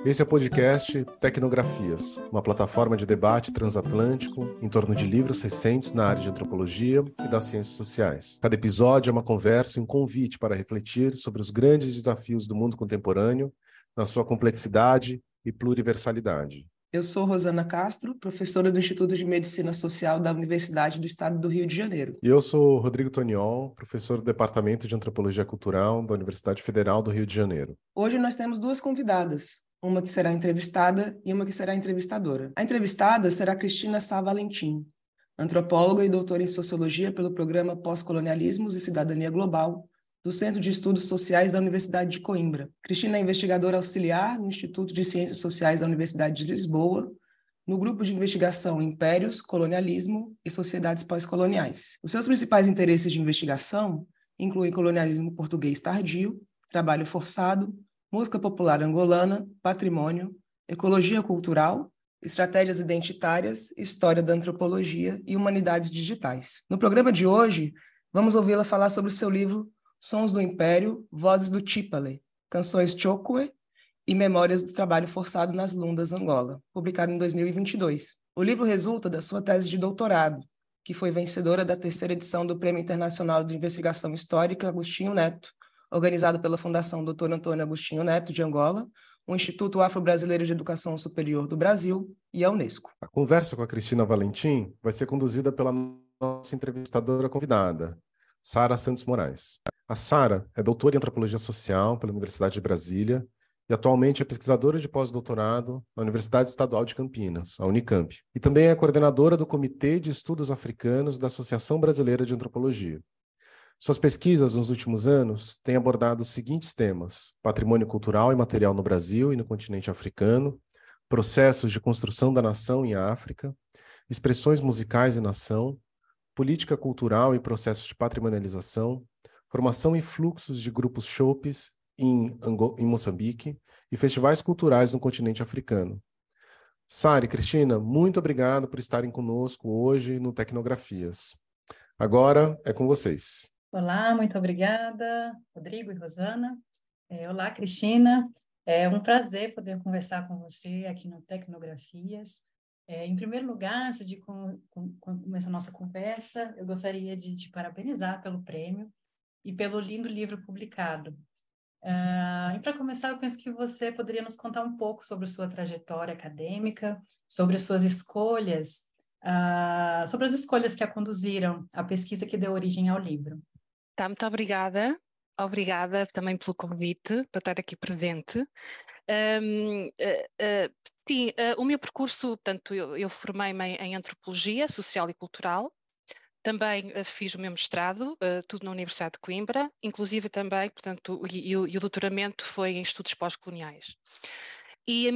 Esse é o podcast Tecnografias, uma plataforma de debate transatlântico em torno de livros recentes na área de antropologia e das ciências sociais. Cada episódio é uma conversa e um convite para refletir sobre os grandes desafios do mundo contemporâneo, na sua complexidade e pluriversalidade. Eu sou Rosana Castro, professora do Instituto de Medicina Social da Universidade do Estado do Rio de Janeiro. E eu sou Rodrigo Toniol, professor do Departamento de Antropologia Cultural da Universidade Federal do Rio de Janeiro. Hoje nós temos duas convidadas, uma que será entrevistada e uma que será entrevistadora. A entrevistada será Cristina Sá Valentim, antropóloga e doutora em Sociologia pelo programa Pós-Colonialismos e Cidadania Global, do Centro de Estudos Sociais da Universidade de Coimbra. Cristina é investigadora auxiliar no Instituto de Ciências Sociais da Universidade de Lisboa, no grupo de investigação Impérios, Colonialismo e Sociedades Pós-Coloniais. Os seus principais interesses de investigação incluem colonialismo português tardio, trabalho forçado, música popular angolana, patrimônio, ecologia cultural, estratégias identitárias, história da antropologia e humanidades digitais. No programa de hoje, vamos ouvi-la falar sobre o seu livro Sons do Império, Vozes do Chipale, Canções Chokwe e Memórias do Trabalho Forçado nas Lundas, Angola, publicado em 2022. O livro resulta da sua tese de doutorado, que foi vencedora da terceira edição do Prêmio Internacional de Investigação Histórica Agostinho Neto, organizado pela Fundação Dr. Antônio Agostinho Neto, de Angola, o Instituto Afro-Brasileiro de Educação Superior do Brasil e a Unesco. A conversa com a Cristina Valentim vai ser conduzida pela nossa entrevistadora convidada, Sara Santos Moraes. A Sara é doutora em Antropologia Social pela Universidade de Brasília e atualmente é pesquisadora de pós-doutorado na Universidade Estadual de Campinas, a Unicamp, e também é coordenadora do Comitê de Estudos Africanos da Associação Brasileira de Antropologia. Suas pesquisas nos últimos anos têm abordado os seguintes temas: patrimônio cultural e material no Brasil e no continente africano, processos de construção da nação em África, expressões musicais e nação, política cultural e processos de patrimonialização, formação e fluxos de grupos chopes em Moçambique e festivais culturais no continente africano. Sara e Cristina, muito obrigado por estarem conosco hoje no Tecnografias. Agora é com vocês. Olá, muito obrigada, Rodrigo e Rosana. Olá, Cristina. É um prazer poder conversar com você aqui no Tecnografias. Em primeiro lugar, antes de começar a nossa conversa, eu gostaria de te parabenizar pelo prêmio e pelo lindo livro publicado. E para começar, eu penso que você poderia nos contar um pouco sobre a sua trajetória acadêmica, sobre as suas escolhas, sobre as escolhas que a conduziram à pesquisa que deu origem ao livro. Tá, muito obrigada. Obrigada também pelo convite para estar aqui presente. Sim, o meu percurso, portanto, eu formei-me em Antropologia Social e Cultural. Também fiz o meu mestrado, tudo na Universidade de Coimbra, inclusive também, portanto, o doutoramento foi em Estudos Pós-Coloniais. E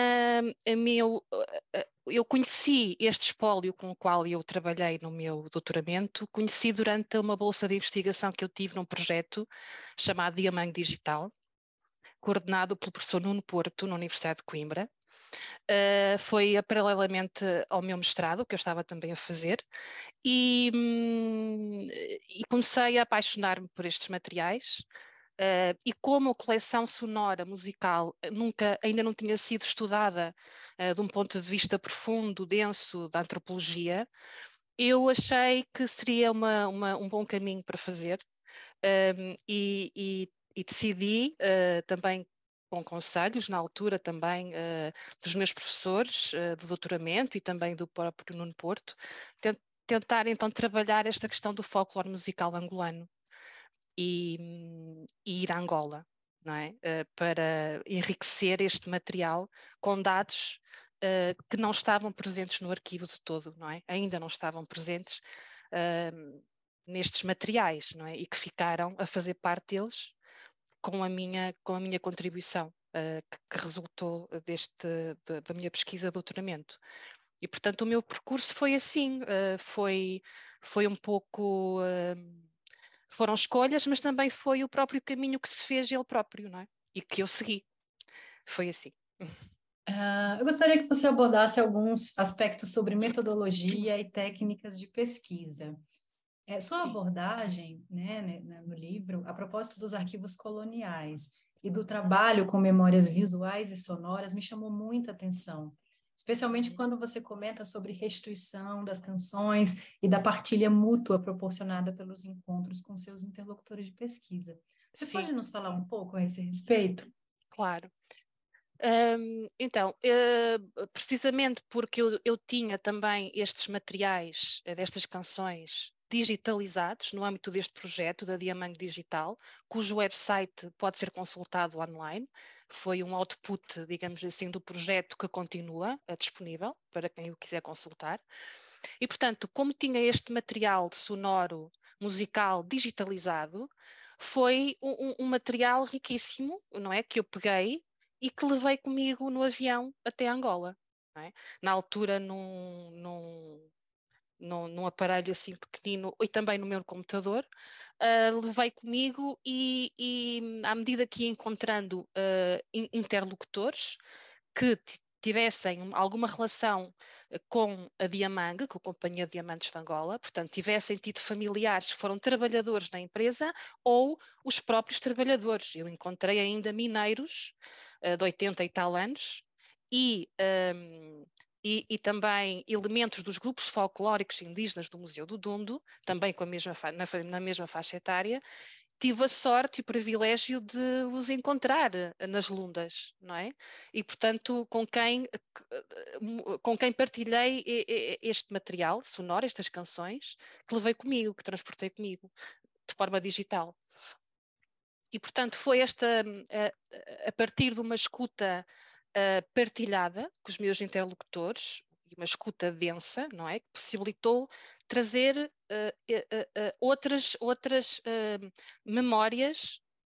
eu conheci este espólio com o qual eu trabalhei no meu doutoramento, conheci durante uma bolsa de investigação que eu tive num projeto chamado Diamante Digital, coordenado pelo professor Nuno Porto, na Universidade de Coimbra. Foi paralelamente ao meu mestrado, que eu estava também a fazer, e comecei a apaixonar-me por estes materiais. E como a coleção sonora musical ainda não tinha sido estudada de um ponto de vista profundo, denso, da antropologia, eu achei que seria um bom caminho para fazer, e decidi também, com conselhos na altura também dos meus professores do doutoramento e também do próprio Nuno Porto, tentar então trabalhar esta questão do folclore musical angolano. E ir a Angola, não é? Para enriquecer este material com dados que não estavam presentes no arquivo de todo, não é? Ainda não estavam presentes nestes materiais, não é? E que ficaram a fazer parte deles com a minha contribuição, que resultou da minha pesquisa de doutoramento. E, portanto, o meu percurso foi assim, foi um pouco... foram escolhas, mas também foi o próprio caminho que se fez ele próprio, não é? E que eu segui. Foi assim. Eu gostaria que você abordasse alguns aspectos sobre metodologia e técnicas de pesquisa. Sua abordagem, né, no livro, a propósito dos arquivos coloniais, e do trabalho com memórias visuais e sonoras me chamou muita atenção. Especialmente quando você comenta sobre restituição das canções e da partilha mútua proporcionada pelos encontros com seus interlocutores de pesquisa. Você pode nos falar um pouco a esse respeito? Claro. Então, precisamente porque eu tinha também estes materiais destas canções digitalizados no âmbito deste projeto da Diamang Digital, cujo website pode ser consultado online. Foi um output, digamos assim, do projeto que continua disponível para quem o quiser consultar. E, portanto, como tinha este material sonoro, musical, digitalizado, foi um material riquíssimo, não é? Que eu peguei e que levei comigo no avião até Angola. Não é? Na altura, num aparelho assim pequenino e também no meu computador, levei comigo e à medida que ia encontrando interlocutores que tivessem alguma relação com a Diamang, com a Companhia de Diamantes de Angola, portanto, tivessem tido familiares que foram trabalhadores na empresa ou os próprios trabalhadores. Eu encontrei ainda mineiros de 80 e tal anos e também elementos dos grupos folclóricos indígenas do Museu do Dundo, também com a mesma na mesma faixa etária. Tive a sorte e o privilégio de os encontrar nas lundas, não é? E, portanto, com quem partilhei este material sonoro, estas canções, que levei comigo, que transportei comigo, de forma digital. E, portanto, foi a partir de uma escuta partilhada com os meus interlocutores, uma escuta densa, não é? Que possibilitou trazer outras memórias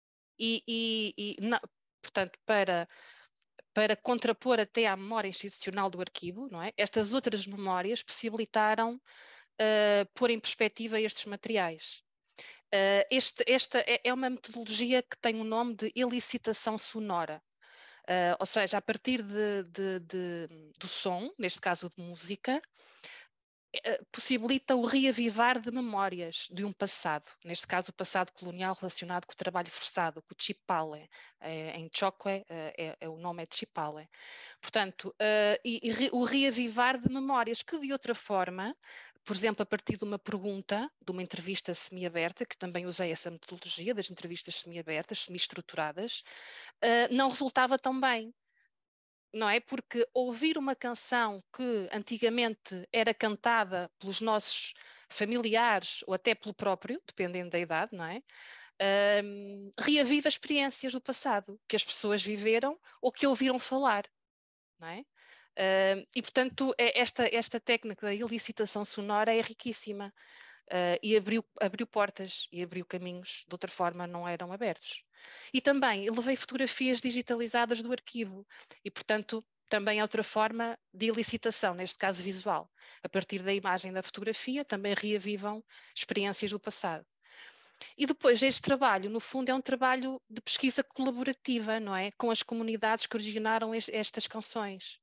portanto, para contrapor até à memória institucional do arquivo, não é? Estas outras memórias possibilitaram pôr em perspectiva estes materiais. Esta é uma metodologia que tem o nome de elicitação sonora. Ou seja, a partir do som, neste caso de música, possibilita o reavivar de memórias de um passado, neste caso o passado colonial relacionado com o trabalho forçado, com o Chipale, em Chokwe o nome é Chipale. Portanto, o reavivar de memórias que de outra forma, por exemplo, a partir de uma pergunta, de uma entrevista semi-aberta, que também usei essa metodologia das entrevistas semi-abertas, semi-estruturadas, não resultava tão bem. Não é? Porque ouvir uma canção que antigamente era cantada pelos nossos familiares ou até pelo próprio, dependendo da idade, não é? Reaviva experiências do passado que as pessoas viveram ou que ouviram falar, não é? E, portanto, esta técnica da elicitação sonora é riquíssima e abriu portas e abriu caminhos, de outra forma não eram abertos. E também levei fotografias digitalizadas do arquivo e, portanto, também é outra forma de elicitação, neste caso visual. A partir da imagem da fotografia também reavivam experiências do passado. E depois este trabalho, no fundo, é um trabalho de pesquisa colaborativa, não é? Com as comunidades que originaram estas canções.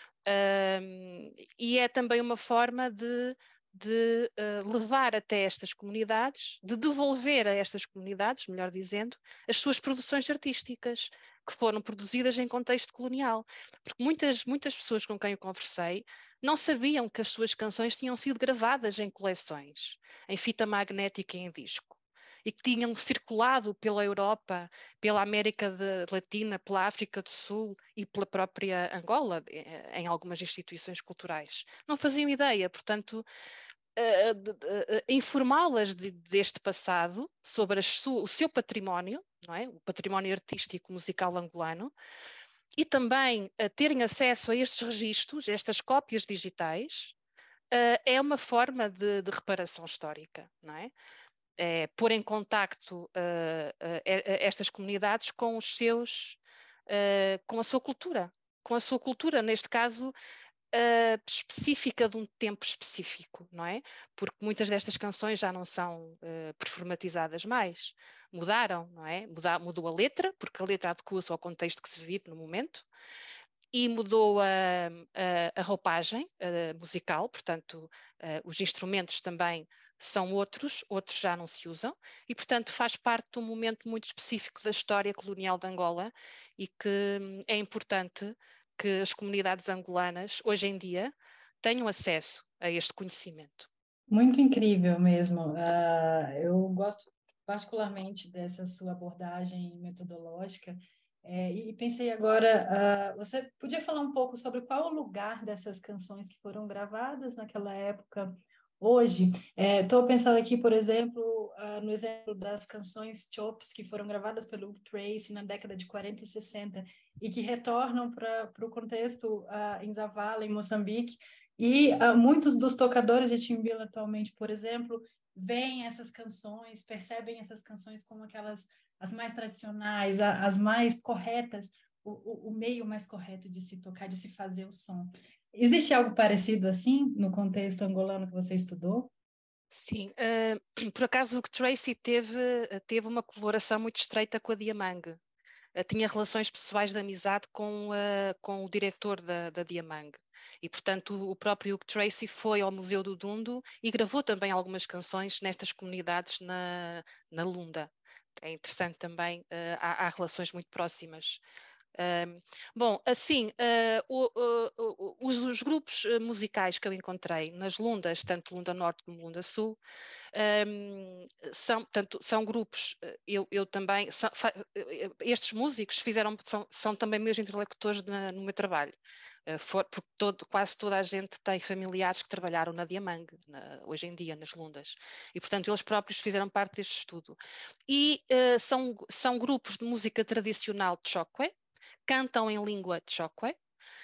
E é também uma forma de levar até estas comunidades, de devolver a estas comunidades, melhor dizendo, as suas produções artísticas que foram produzidas em contexto colonial. Porque muitas pessoas com quem eu conversei não sabiam que as suas canções tinham sido gravadas em coleções, em fita magnética e em disco, e que tinham circulado pela Europa, pela América Latina, pela África do Sul e pela própria Angola, em algumas instituições culturais. Não faziam ideia, portanto, informá-las deste passado, sobre o seu património, não é? O património artístico musical angolano, e também terem acesso a estes registros, estas cópias digitais, é uma forma de reparação histórica, não é? Pôr em contacto estas comunidades com com a sua cultura, neste caso específica de um tempo específico, não é? Porque muitas destas canções já não são performatizadas mais, mudaram, não é? Mudou a letra, porque a letra adequa-se ao contexto que se vive no momento, e mudou a roupagem musical, portanto, os instrumentos também são outros já não se usam, e portanto faz parte de um momento muito específico da história colonial de Angola e que é importante que as comunidades angolanas, hoje em dia, tenham acesso a este conhecimento. Muito incrível mesmo. Eu gosto particularmente dessa sua abordagem metodológica. E pensei agora, você podia falar um pouco sobre qual o lugar dessas canções que foram gravadas naquela época hoje? Estou pensando aqui, por exemplo, no exemplo das canções Chops, que foram gravadas pelo Luke Tracy na década de 40 e 60, e que retornam para o contexto em Zavala, em Moçambique, e muitos dos tocadores de timbila atualmente, por exemplo, veem essas canções, percebem essas canções como aquelas as mais tradicionais, as mais corretas, o meio mais correto de se tocar, de se fazer o som. Existe algo parecido assim no contexto angolano que você estudou? Sim, por acaso o Tracy teve uma colaboração muito estreita com a Diamang. Tinha relações pessoais de amizade com o diretor da Diamang. E, portanto, o próprio Hugh Tracy foi ao Museu do Dundo e gravou também algumas canções nestas comunidades na Lunda. É interessante também, há relações muito próximas. Bom, assim, os grupos musicais que eu encontrei nas Lundas, tanto Lunda Norte como Lunda Sul, são grupos, eu também, estes músicos são também meus interlocutores no meu trabalho, porque quase toda a gente tem familiares que trabalharam na Diamang, hoje em dia, nas Lundas, e portanto eles próprios fizeram parte deste estudo. E são grupos de música tradicional de Chokwe, cantam em língua Chokwe,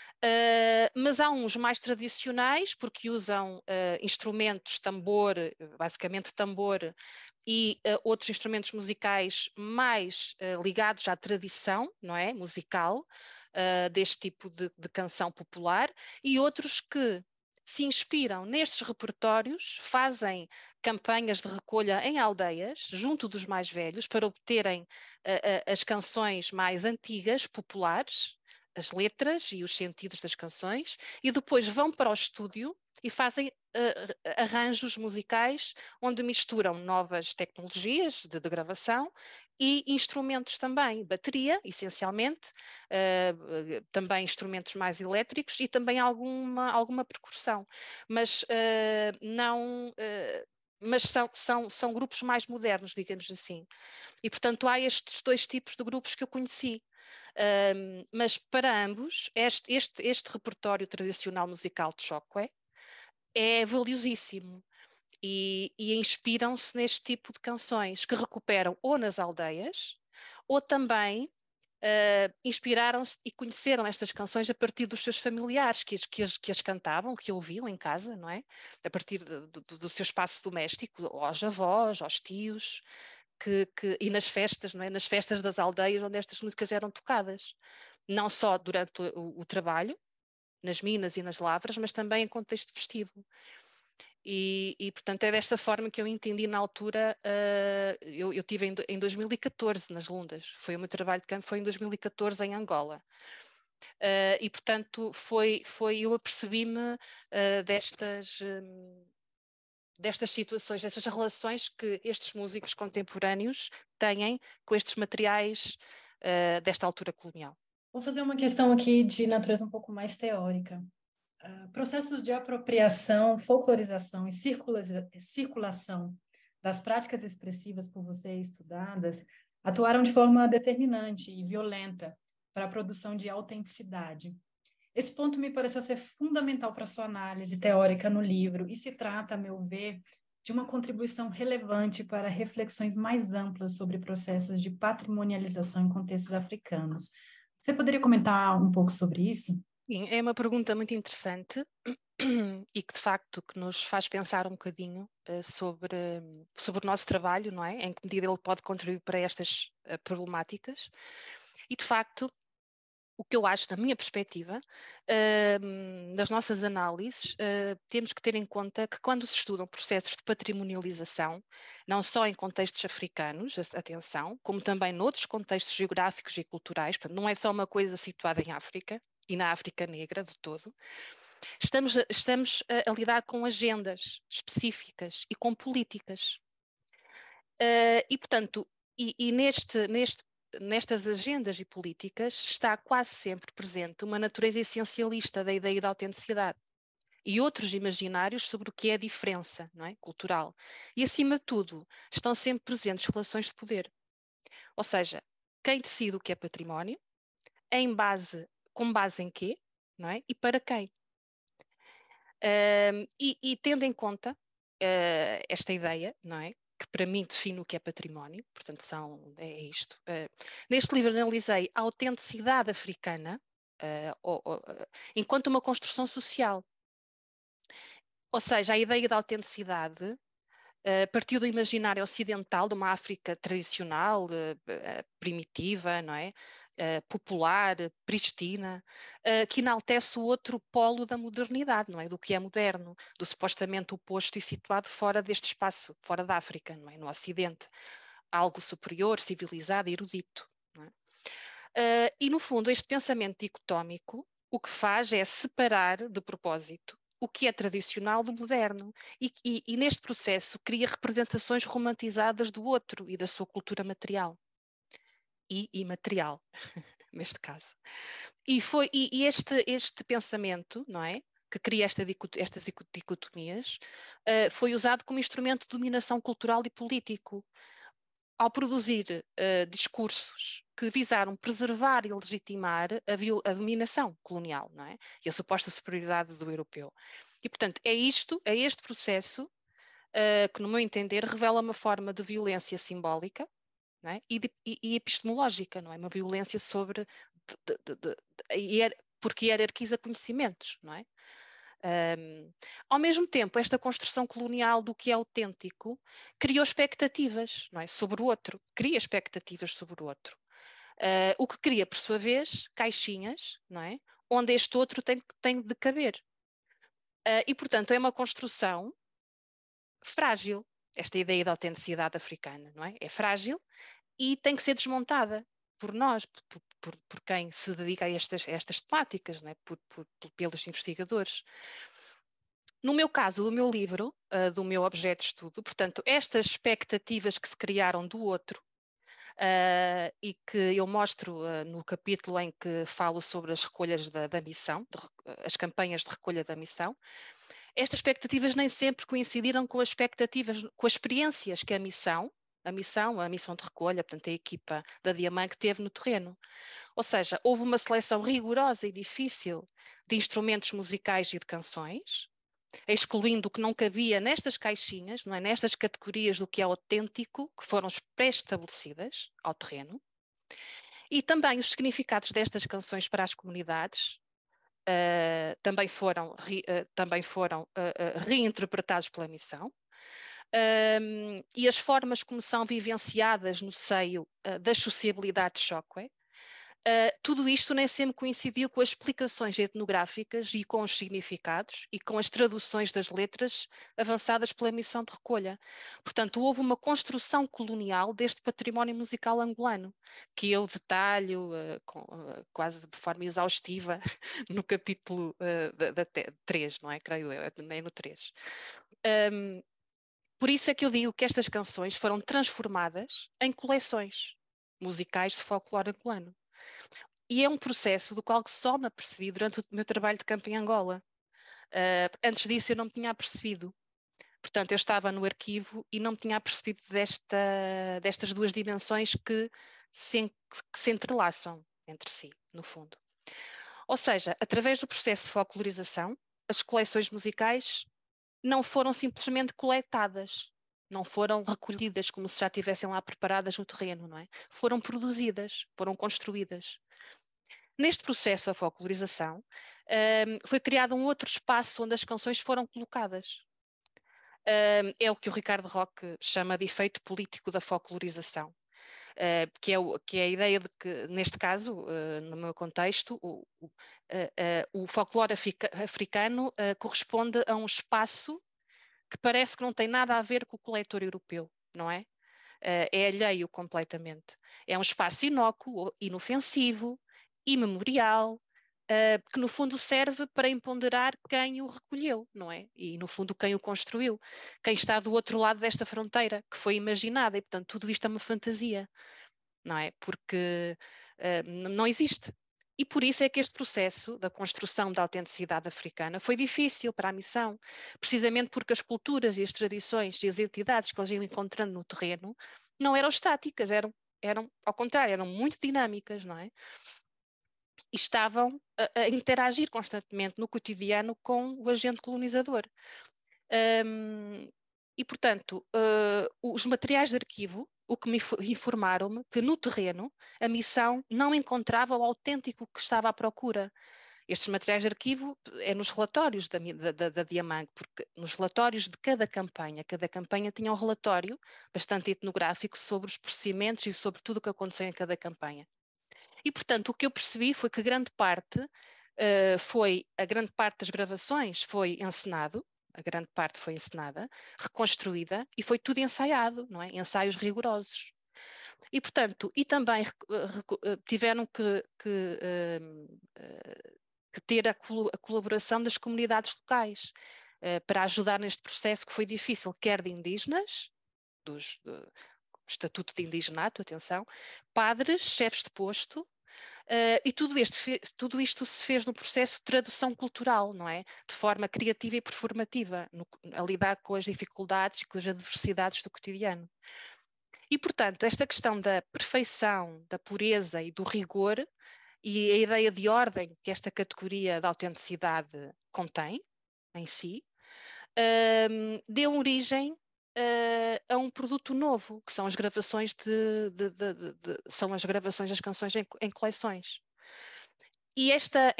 mas há uns mais tradicionais, porque usam instrumentos, tambor, basicamente tambor, e outros instrumentos musicais mais ligados à tradição, não é? Musical, deste tipo de canção popular, e outros que se inspiram nestes repertórios, fazem campanhas de recolha em aldeias, junto dos mais velhos, para obterem as canções mais antigas, populares, as letras e os sentidos das canções, e depois vão para o estúdio e fazem arranjos musicais onde misturam novas tecnologias de gravação e instrumentos também, bateria, essencialmente, também instrumentos mais elétricos e também alguma percussão, mas não... mas são grupos mais modernos, digamos assim. E, portanto, há estes dois tipos de grupos que eu conheci. Mas para ambos, este repertório tradicional musical de Chokwe é valiosíssimo e inspiram-se neste tipo de canções que recuperam ou nas aldeias ou também inspiraram-se e conheceram estas canções a partir dos seus familiares que as cantavam, que ouviam em casa, não é? A partir do seu espaço doméstico, aos avós, aos tios, e nas festas, não é? Nas festas das aldeias onde estas músicas eram tocadas, não só durante o trabalho, nas minas e nas lavras, mas também em contexto festivo. E, portanto, é desta forma que eu entendi na altura. Eu estive em 2014 nas Lundas, foi o meu trabalho de campo, foi em 2014 em Angola. E, portanto, eu apercebi-me destas situações, destas relações que estes músicos contemporâneos têm com estes materiais desta altura colonial. Vou fazer uma questão aqui de natureza um pouco mais teórica. Processos de apropriação, folclorização e circulação das práticas expressivas por você estudadas atuaram de forma determinante e violenta para a produção de autenticidade. Esse ponto me pareceu ser fundamental para a sua análise teórica no livro e se trata, a meu ver, de uma contribuição relevante para reflexões mais amplas sobre processos de patrimonialização em contextos africanos. Você poderia comentar um pouco sobre isso? Sim, é uma pergunta muito interessante e que, de facto, que nos faz pensar um bocadinho sobre o nosso trabalho, não é? Em que medida ele pode contribuir para estas problemáticas. E, de facto, o que eu acho, na minha perspectiva, das nossas análises, temos que ter em conta que quando se estudam processos de patrimonialização, não só em contextos africanos, atenção, como também noutros contextos geográficos e culturais, portanto, não é só uma coisa situada em África e na África negra de todo, Estamos a lidar com agendas específicas e com políticas. E, portanto, nestas agendas e políticas está quase sempre presente uma natureza essencialista da ideia da autenticidade e outros imaginários sobre o que é a diferença, não é? Cultural. E, acima de tudo, estão sempre presentes relações de poder. Ou seja, quem decide o que é património, com base em quê, não é? E para quem. E tendo em conta esta ideia, não é? Que para mim define o que é património, portanto é isto. Neste livro analisei a autenticidade africana enquanto uma construção social. Ou seja, a ideia da autenticidade partiu do imaginário ocidental, de uma África tradicional, primitiva, não é? Popular, prístina, que enaltece o outro polo da modernidade, não é? Do que é moderno, do supostamente oposto e situado fora deste espaço, fora da África, não é? No Ocidente, algo superior, civilizado, erudito, não é? E no fundo este pensamento dicotómico o que faz é separar de propósito o que é tradicional do moderno e neste processo cria representações romantizadas do outro e da sua cultura material e imaterial, neste caso. E este pensamento, não é? Que cria estas dicotomias, foi usado como instrumento de dominação cultural e político, ao produzir discursos que visaram preservar e legitimar a dominação colonial, não é? E a suposta superioridade do europeu. E, portanto, é este processo que, no meu entender, revela uma forma de violência simbólica, não é? E epistemológica, não é? Uma violência sobre... porque hierarquiza conhecimentos, não é? Ao mesmo tempo, esta construção colonial do que é autêntico criou expectativas, não é? Sobre o outro, cria expectativas sobre o outro. O que cria, por sua vez, caixinhas, não é? Onde este outro tem de caber. E, portanto, é uma construção frágil, esta ideia da autenticidade africana, não é? É frágil e tem que ser desmontada por nós, por quem se dedica a estas temáticas, não é? Pelos investigadores. No meu caso, do meu livro, do meu objeto de estudo, portanto, estas expectativas que se criaram do outro e que eu mostro no capítulo em que falo sobre as recolhas da missão, as campanhas de recolha da missão, estas expectativas nem sempre coincidiram com as expectativas, com as experiências que a missão de recolha, portanto a equipa da Diamant que teve no terreno. Ou seja, houve uma seleção rigorosa e difícil de instrumentos musicais e de canções, excluindo o que não cabia nestas caixinhas, não é? Nestas categorias do que é autêntico, que foram pré-estabelecidas ao terreno, e também os significados destas canções para as comunidades também foram reinterpretados pela missão, e as formas como são vivenciadas no seio das sociabilidades Chokwe. Tudo isto nem sempre coincidiu com as explicações etnográficas e com os significados e com as traduções das letras avançadas pela missão de recolha. Portanto, houve uma construção colonial deste património musical angolano, que eu detalho quase de forma exaustiva no capítulo 3, não é? Creio eu, é no 3. Por isso é que eu digo que estas canções foram transformadas em coleções musicais de folclore angolano. E é um processo do qual só me apercebi durante o meu trabalho de campo em Angola. Antes disso eu não me tinha apercebido. Portanto, eu estava no arquivo e não me tinha apercebido destas duas dimensões que se entrelaçam entre si, no fundo. Ou seja, através do processo de folclorização, as coleções musicais não foram simplesmente coletadas, não foram recolhidas como se já estivessem lá preparadas no terreno, não é? Foram produzidas, foram construídas. Neste processo da folclorização, foi criado um outro espaço onde as canções foram colocadas. É o que o Ricardo Roque chama de efeito político da folclorização, que é a ideia de que, neste caso, no meu contexto, o folclore africano corresponde a um espaço que parece que não tem nada a ver com o coletor europeu, não é? É alheio completamente. É um espaço inócuo, inofensivo, imemorial, que no fundo serve para empoderar quem o recolheu, não é? E no fundo quem o construiu, quem está do outro lado desta fronteira, que foi imaginada, e portanto tudo isto é uma fantasia, não é? Porque não existe. E por isso é que este processo da construção da autenticidade africana foi difícil para a missão, precisamente porque as culturas e as tradições e as entidades que eles iam encontrando no terreno não eram estáticas, eram ao contrário, eram muito dinâmicas, não é? E estavam a interagir constantemente no cotidiano com o agente colonizador. E, portanto, os materiais de arquivo, o que me informaram-me que no terreno a missão não encontrava o autêntico que estava à procura. Estes materiais de arquivo é nos relatórios da Diamang, porque nos relatórios de cada campanha tinha um relatório bastante etnográfico sobre os procedimentos e sobre tudo o que aconteceu em cada campanha. E, portanto, o que eu percebi foi que a grande parte das gravações foi encenado, a grande parte foi encenada, reconstruída e foi tudo ensaiado, não é? Ensaios rigorosos. E, portanto, e também tiveram que ter a colaboração das comunidades locais para ajudar neste processo que foi difícil, quer de indígenas, Estatuto de Indigenato, atenção, padres, chefes de posto, e tudo isto se fez no processo de tradução cultural, não é? De forma criativa e performativa, a lidar com as dificuldades e com as adversidades do cotidiano. E, portanto, esta questão da perfeição, da pureza e do rigor e a ideia de ordem que esta categoria da autenticidade contém em si, deu origem a um produto novo, que são as gravações são as gravações das canções em coleções. E esta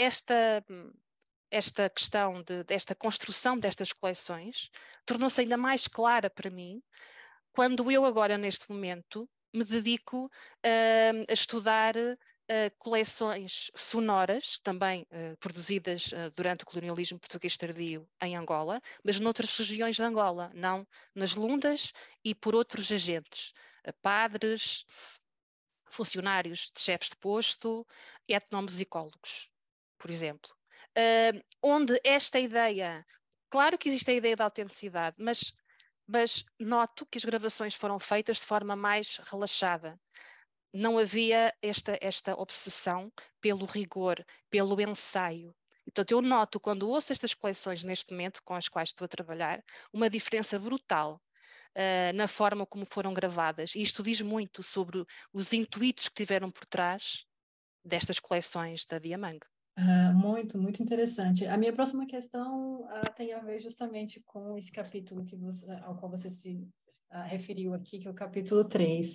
questão desta construção destas coleções tornou-se ainda mais clara para mim quando eu agora, neste momento, me dedico a estudar coleções sonoras, também produzidas durante o colonialismo português tardio em Angola, mas noutras regiões de Angola, não nas Lundas e por outros agentes, padres, funcionários de chefes de posto, etnomusicólogos, por exemplo. Onde esta ideia, claro que existe a ideia da autenticidade, mas noto que as gravações foram feitas de forma mais relaxada. Não havia esta obsessão pelo rigor, pelo ensaio. Portanto, eu noto, quando ouço estas coleções neste momento, com as quais estou a trabalhar, uma diferença brutal na forma como foram gravadas. E isto diz muito sobre os intuitos que tiveram por trás destas coleções da Diamang. Muito, muito interessante. A minha próxima questão tem a ver justamente com esse capítulo ao qual você se referiu aqui, que é o capítulo 3.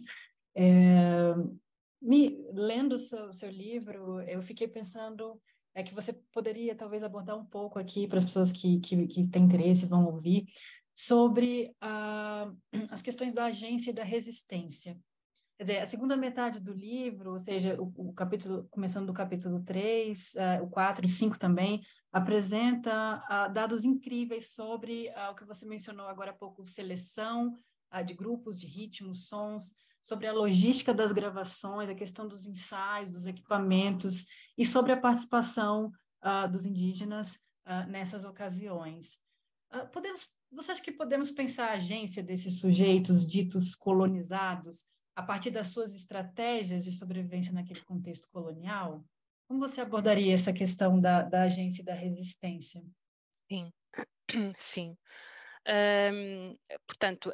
Lendo o seu livro, eu fiquei pensando que você poderia talvez abordar um pouco aqui para as pessoas que têm interesse e vão ouvir, sobre as questões da agência e da resistência. Quer dizer, a segunda metade do livro, ou seja, o capítulo, começando do capítulo 3, o 4 e 5 também, apresenta dados incríveis sobre o que você mencionou agora há pouco, seleção de grupos, de ritmos, sons, sobre a logística das gravações, a questão dos ensaios, dos equipamentos e sobre a participação dos indígenas nessas ocasiões. Você acha que podemos pensar a agência desses sujeitos ditos colonizados a partir das suas estratégias de sobrevivência naquele contexto colonial? Como você abordaria essa questão da agência e da resistência? Sim, sim. Portanto,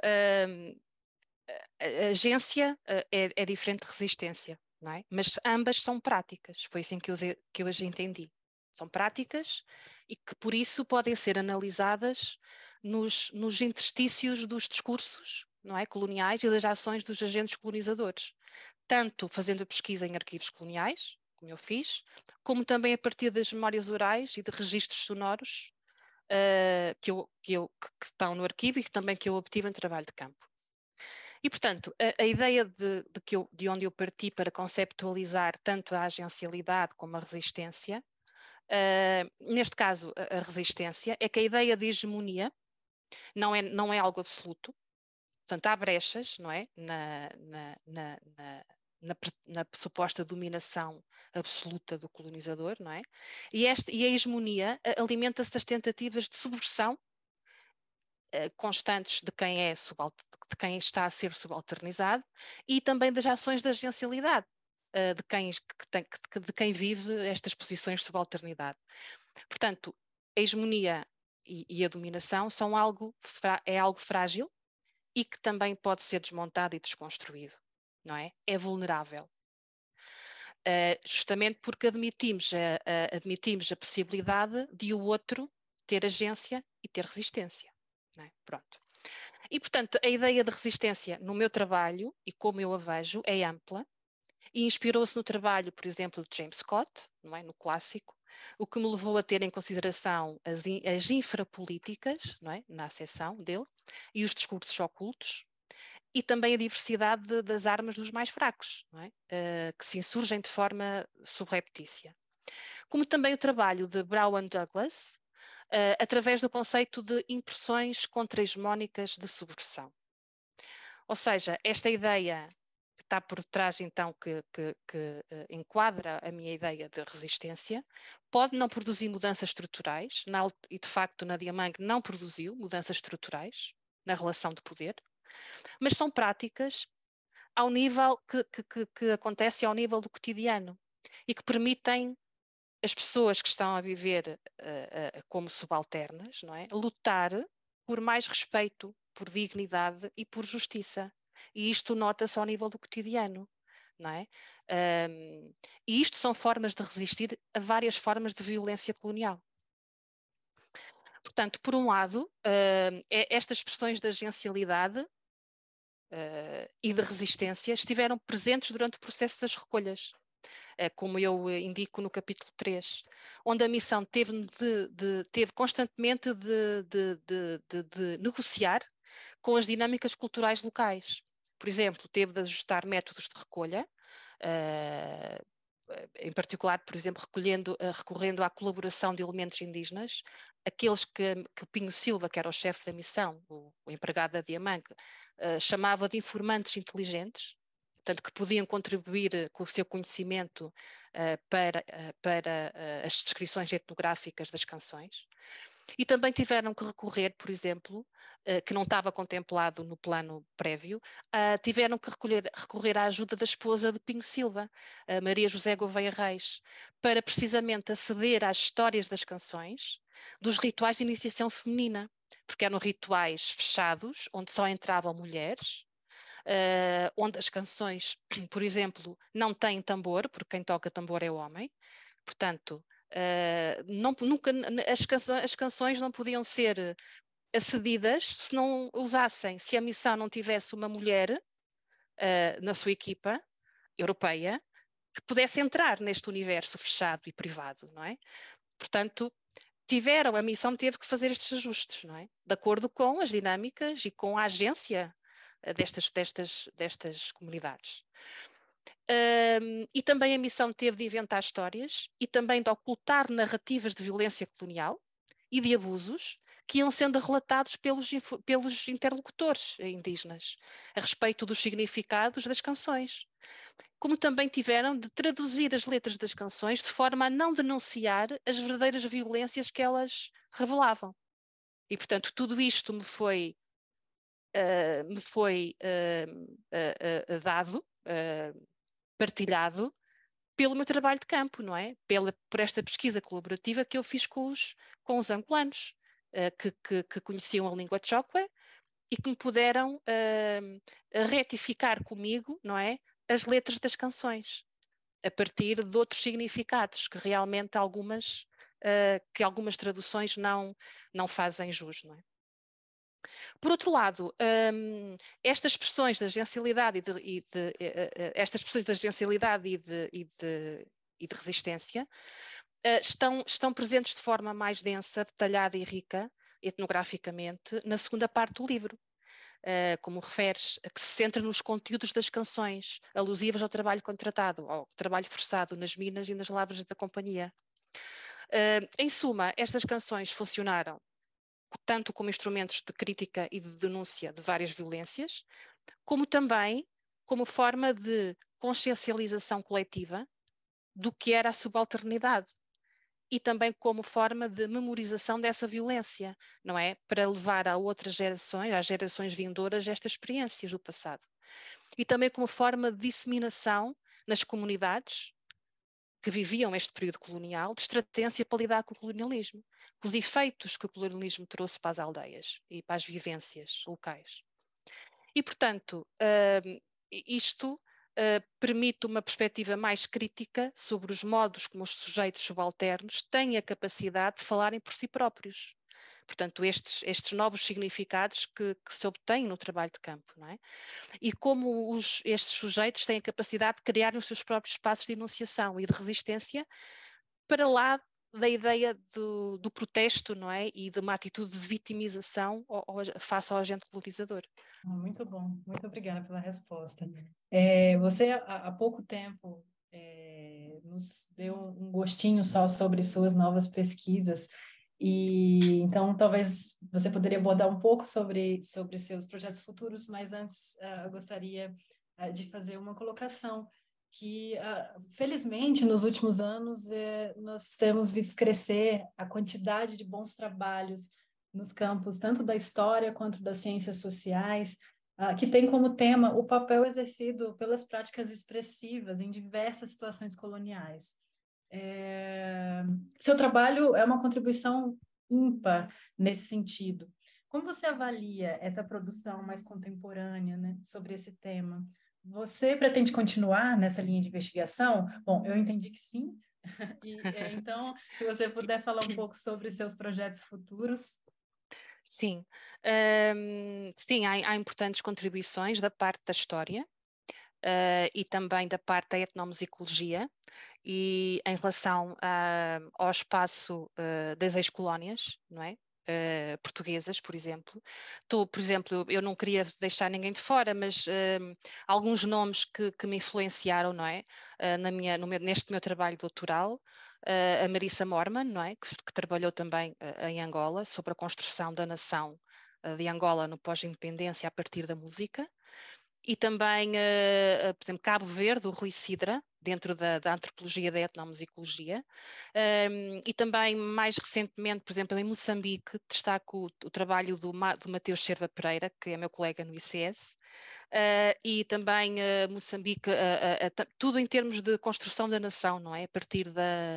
a agência é diferente de resistência, não é? Mas ambas são práticas, foi assim que eu as entendi. São práticas e que, por isso, podem ser analisadas nos interstícios dos discursos, não é, coloniais e das ações dos agentes colonizadores, tanto fazendo a pesquisa em arquivos coloniais, como eu fiz, como também a partir das memórias orais e de registros sonoros que estão no arquivo e também que eu obtive em trabalho de campo. E, portanto, a ideia de onde eu parti para conceptualizar tanto a agencialidade como a resistência, neste caso a resistência, é que a ideia de hegemonia não é algo absoluto. Portanto, há brechas, não é? na suposta dominação absoluta do colonizador, não é? E a hegemonia alimenta-se das tentativas de subversão constantes de quem está a ser subalternizado e também das ações de agencialidade de quem vive estas posições de subalternidade. Portanto, a hegemonia e a dominação é algo frágil e que também pode ser desmontado e desconstruído, não é? É vulnerável. Justamente porque admitimos a possibilidade de o outro ter agência e ter resistência. Não é? Pronto. E, portanto, a ideia de resistência no meu trabalho, e como eu a vejo, é ampla, e inspirou-se no trabalho, por exemplo, de James Scott, não é? No clássico, o que me levou a ter em consideração as infrapolíticas, não é? Na acessão dele, e os discursos ocultos, e também a diversidade das armas dos mais fracos, não é? Que se insurgem de forma subreptícia. Como também o trabalho de Brown Douglas, através do conceito de impressões contra-hegemónicas de subversão. Ou seja, esta ideia que está por detrás, então, que enquadra a minha ideia de resistência, pode não produzir mudanças estruturais, e de facto na Diamang não produziu mudanças estruturais na relação de poder, mas são práticas ao nível que acontece ao nível do cotidiano e que permitem as pessoas que estão a viver como subalternas, não é? Lutar por mais respeito, por dignidade e por justiça. E isto nota-se ao nível do cotidiano, não é? E isto são formas de resistir a várias formas de violência colonial. Portanto, por um lado, estas expressões de agencialidade e de resistência estiveram presentes durante o processo das recolhas, como eu indico no capítulo 3, onde a missão teve constantemente de negociar com as dinâmicas culturais locais. Por exemplo, teve de ajustar métodos de recolha, em particular, por exemplo, recorrendo à colaboração de elementos indígenas, aqueles que o Pinho Silva, que era o chefe da missão, o empregado da Diamang, chamava de informantes inteligentes, portanto, que podiam contribuir com o seu conhecimento para as descrições etnográficas das canções. E também tiveram que recorrer, por exemplo, que não estava contemplado no plano prévio, tiveram que recorrer à ajuda da esposa de Pinho Silva, Maria José Gouveia Reis, para precisamente aceder às histórias das canções, dos rituais de iniciação feminina, porque eram rituais fechados, onde só entravam mulheres, onde as canções, por exemplo, não têm tambor, porque quem toca tambor é o homem, portanto, as canções não podiam ser acedidas se não usassem, se a missão não tivesse uma mulher na sua equipa europeia que pudesse entrar neste universo fechado e privado, não é? Portanto, a missão teve que fazer estes ajustes, não é? De acordo com as dinâmicas e com a agência destas comunidades. E também a missão teve de inventar histórias e também de ocultar narrativas de violência colonial e de abusos que iam sendo relatados pelos interlocutores indígenas a respeito dos significados das canções. Como também tiveram de traduzir as letras das canções de forma a não denunciar as verdadeiras violências que elas revelavam. E, portanto, tudo isto me foi dado, partilhado pelo meu trabalho de campo, não é? Por esta pesquisa colaborativa que eu fiz com os angolanos, que conheciam a língua tchokwe e que me puderam retificar comigo, não é? As letras das canções, a partir de outros significados que realmente algumas traduções não fazem jus, não é? Por outro lado, estas expressões de agencialidade e de resistência estão presentes de forma mais densa, detalhada e rica, etnograficamente, na segunda parte do livro, como referes, que se centra nos conteúdos das canções, alusivas ao trabalho contratado, ao trabalho forçado nas minas e nas lavras da companhia. Em suma, estas canções funcionaram tanto como instrumentos de crítica e de denúncia de várias violências, como também como forma de consciencialização coletiva do que era a subalternidade. E também como forma de memorização dessa violência, não é? Para levar a outras gerações, às gerações vindouras, estas experiências do passado. E também como forma de disseminação nas comunidades que viviam este período colonial, de estratégia para lidar com o colonialismo, com os efeitos que o colonialismo trouxe para as aldeias e para as vivências locais. E, portanto, isto permite uma perspectiva mais crítica sobre os modos como os sujeitos subalternos têm a capacidade de falarem por si próprios. Portanto, estes novos significados que se obtêm no trabalho de campo, não é? E como estes sujeitos têm a capacidade de criar os seus próprios espaços de enunciação e de resistência para lá da ideia do protesto, não é? E de uma atitude de vitimização face ao agente colonizador. Muito bom, muito obrigada pela resposta. Você, há pouco tempo, nos deu um gostinho só sobre suas novas pesquisas, e então talvez você poderia abordar um pouco sobre seus projetos futuros, mas antes eu gostaria de fazer uma colocação que, felizmente, nos últimos anos, nós temos visto crescer a quantidade de bons trabalhos nos campos, tanto da história quanto das ciências sociais, que tem como tema o papel exercido pelas práticas expressivas em diversas situações coloniais. Seu trabalho é uma contribuição ímpar nesse sentido. Como você avalia essa produção mais contemporânea, né, sobre esse tema? Você pretende continuar nessa linha de investigação? Bom, eu entendi que sim. Então, se você puder falar um pouco sobre seus projetos futuros. Sim, sim, há importantes contribuições da parte da história e também da parte da etnomusicologia e em relação ao espaço das ex-colónias, não é? Portuguesas, por exemplo. Por exemplo, eu não queria deixar ninguém de fora, mas alguns nomes que me influenciaram, não é? Neste meu trabalho doutoral, a Marissa Morman, não é? Que trabalhou também em Angola sobre a construção da nação de Angola no pós-independência a partir da música. E também, por exemplo, Cabo Verde, o Rui Sidra, dentro da antropologia da etnomusicologia, e também, mais recentemente, por exemplo, em Moçambique, destaco o trabalho do Mateus Serva Pereira, que é meu colega no ICS, e também Moçambique, tudo em termos de construção da nação, não é? A partir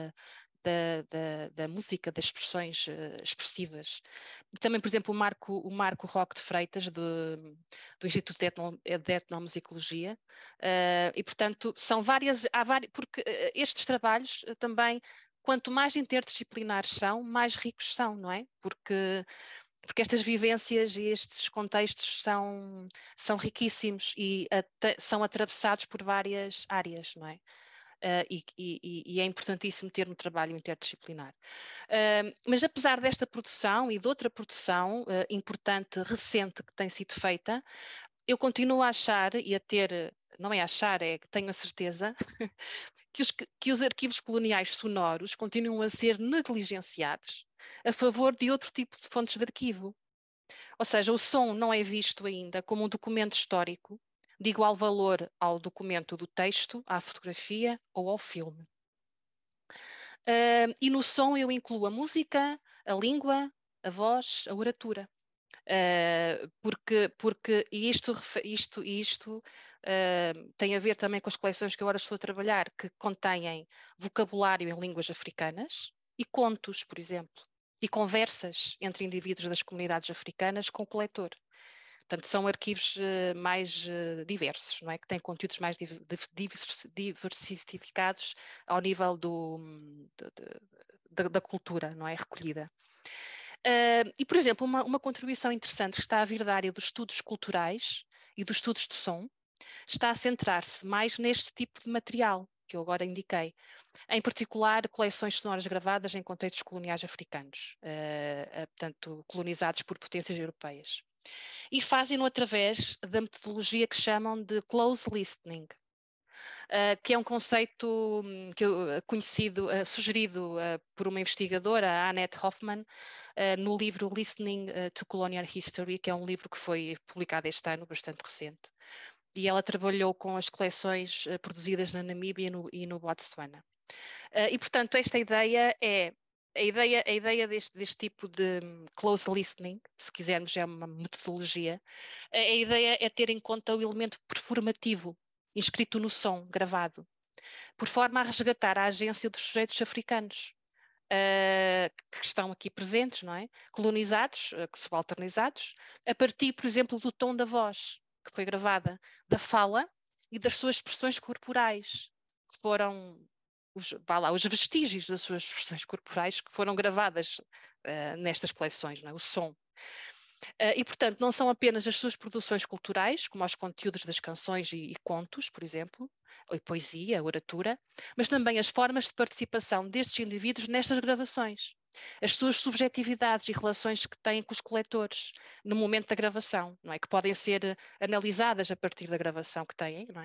da música, das expressões expressivas. Também, por exemplo, o Marco Roque de Freitas, do Instituto de Etnomusicologia, e, portanto, porque estes trabalhos também, quanto mais interdisciplinares são, mais ricos são, não é? Porque estas vivências e estes contextos são riquíssimos e são atravessados por várias áreas, não é? E é importantíssimo ter um trabalho interdisciplinar. Mas apesar desta produção e de outra produção importante, recente, que tem sido feita, eu continuo a achar e a ter, não é achar, é que tenho a certeza, que os arquivos coloniais sonoros continuam a ser negligenciados a favor de outro tipo de fontes de arquivo. Ou seja, o som não é visto ainda como um documento histórico de igual valor ao documento do texto, à fotografia ou ao filme. E no som eu incluo a música, a língua, a voz, a oratura. Porque isto tem a ver também com as coleções que agora estou a trabalhar, que contêm vocabulário em línguas africanas e contos, por exemplo, e conversas entre indivíduos das comunidades africanas com o coletor. Portanto, são arquivos mais diversos, não é? Que têm conteúdos mais diversificados ao nível da cultura, não é? Recolhida. E, por exemplo, uma contribuição interessante que está a vir da área dos estudos culturais e dos estudos de som está a centrar-se mais neste tipo de material que eu agora indiquei. Em particular, coleções sonoras gravadas em contextos coloniais africanos, portanto, colonizados por potências europeias. E fazem-no através da metodologia que chamam de close listening, que é um conceito sugerido por uma investigadora, a Annette Hoffman, no livro Listening to Colonial History, que é um livro que foi publicado este ano, bastante recente. e ela trabalhou com as coleções produzidas na Namíbia e no Botsuana. E, portanto, esta ideia é a ideia deste tipo de close listening, se quisermos, é uma metodologia. A ideia é ter em conta o elemento performativo, inscrito no som, gravado, por forma a resgatar a agência dos sujeitos africanos que estão aqui presentes, não é? Colonizados, subalternizados, a partir, por exemplo, do tom da voz que foi gravada, da fala e das suas expressões corporais, que foram os vestígios das suas expressões corporais que foram gravadas nestas coleções, não é? O som. E, portanto, não são apenas as suas produções culturais, como os conteúdos das canções e contos, por exemplo, ou poesia, oratura, mas também as formas de participação destes indivíduos nestas gravações, as suas subjetividades e relações que têm com os coletores no momento da gravação, não é? Que podem ser analisadas a partir da gravação que têm, não é?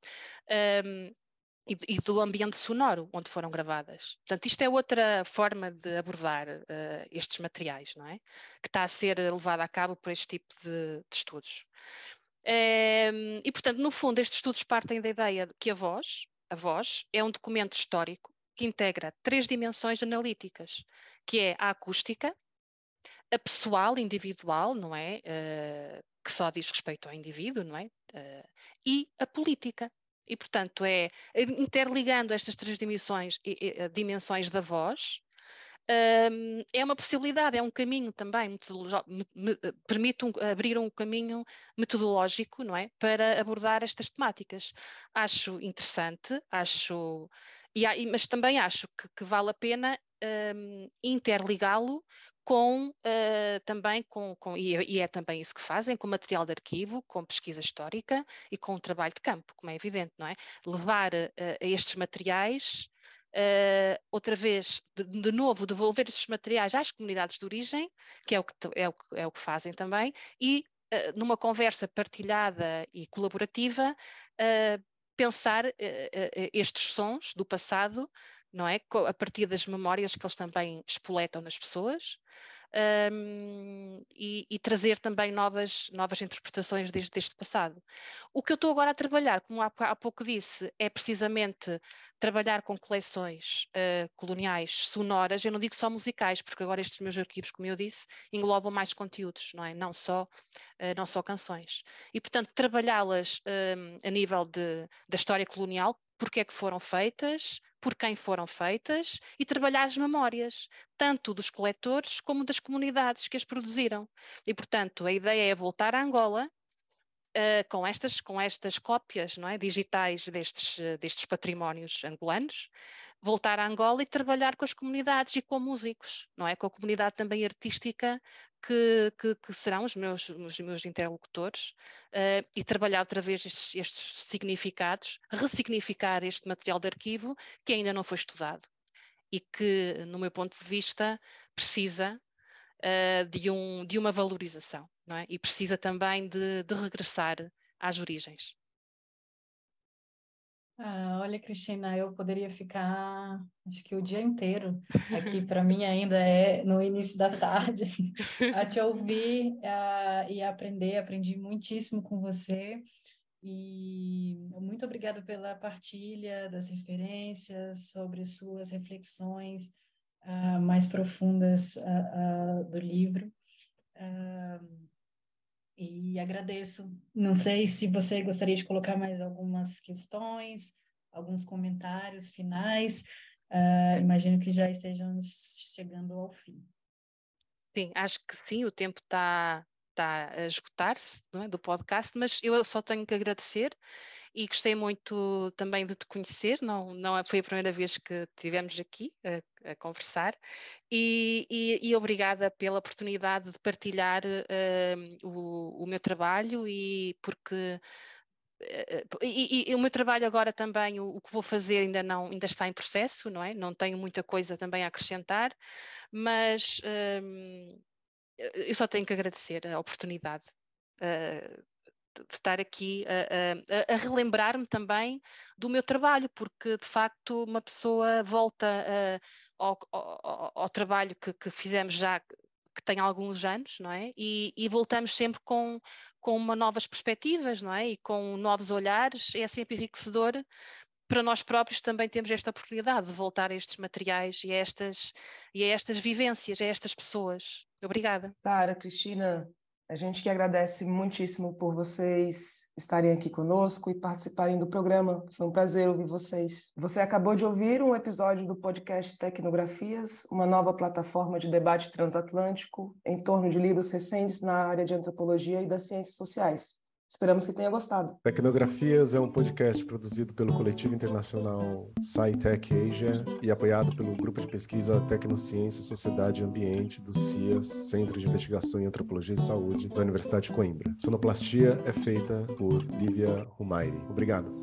E do ambiente sonoro onde foram gravadas. Portanto, isto é outra forma de abordar estes materiais, não é? Que está a ser levada a cabo por este tipo de estudos. E, portanto, no fundo, estes estudos partem da ideia de que a voz é um documento histórico que integra 3 dimensões analíticas, que é a acústica, a pessoal, individual, não é? Que só diz respeito ao indivíduo, não é? E a política. E, portanto, interligando estas 3 dimensões da voz, é uma possibilidade, é um caminho também, permite abrir um caminho metodológico, não é? Para abordar estas temáticas. Acho interessante, mas também acho que vale a pena interligá-lo também e é também isso que fazem, com material de arquivo, com pesquisa histórica e com trabalho de campo, como é evidente, não é? Levar a estes materiais, outra vez, de novo, devolver estes materiais às comunidades de origem, que é o que fazem também, e numa conversa partilhada e colaborativa, pensar estes sons do passado, não é? A partir das memórias que eles também espoletam nas pessoas, e trazer também novas interpretações deste passado. O que eu estou agora a trabalhar, como há pouco disse, é precisamente trabalhar com coleções coloniais sonoras, eu não digo só musicais, porque agora estes meus arquivos, como eu disse, englobam mais conteúdos, não é? Não só canções. E, portanto, trabalhá-las a nível da história colonial, porque é que foram feitas, por quem foram feitas, e trabalhar as memórias, tanto dos coletores como das comunidades que as produziram. E, portanto, a ideia é voltar a Angola com estas cópias, não é, digitais destes patrimónios angolanos, voltar a Angola e trabalhar com as comunidades e com músicos, não é? Com a comunidade também artística que serão os meus interlocutores, e trabalhar outra vez estes significados, ressignificar este material de arquivo que ainda não foi estudado e que, no meu ponto de vista, precisa de uma valorização, não é? E precisa também de regressar às origens. Olha, Cristina, eu poderia ficar, acho que o dia inteiro aqui, para mim ainda é no início da tarde, a te ouvir e aprender. Aprendi muitíssimo com você e muito obrigada pela partilha das referências sobre suas reflexões mais profundas do livro. E agradeço. Não sei se você gostaria de colocar mais algumas questões, alguns comentários finais. Imagino que já estejamos chegando ao fim. Sim, acho que sim, o tempo está a esgotar-se, não é, do podcast, mas eu só tenho que agradecer e gostei muito também de te conhecer, não foi a primeira vez que estivemos aqui a conversar e obrigada pela oportunidade de partilhar o meu trabalho e porque o meu trabalho agora também, o que vou fazer ainda está em processo, não é? Não tenho muita coisa também a acrescentar, mas eu só tenho que agradecer a oportunidade de estar aqui a relembrar-me também do meu trabalho, porque de facto uma pessoa volta ao trabalho que fizemos já que tem alguns anos, não é? E voltamos sempre com uma novas perspectivas, não é? E com novos olhares, é sempre enriquecedor. Para nós próprios também temos esta oportunidade de voltar a estes materiais e a estas vivências, a estas pessoas. Obrigada. Sara, Cristina, a gente que agradece muitíssimo por vocês estarem aqui conosco e participarem do programa. Foi um prazer ouvir vocês. Você acabou de ouvir um episódio do podcast Tecnografias, uma nova plataforma de debate transatlântico em torno de livros recentes na área de antropologia e das ciências sociais. Esperamos que tenha gostado. Tecnografias é um podcast produzido pelo coletivo internacional SciTech Asia e apoiado pelo Grupo de Pesquisa Tecnociência, Sociedade e Ambiente do CIAS, Centro de Investigação em Antropologia e Saúde, da Universidade de Coimbra. Sonoplastia é feita por Lívia Rumairi. Obrigado.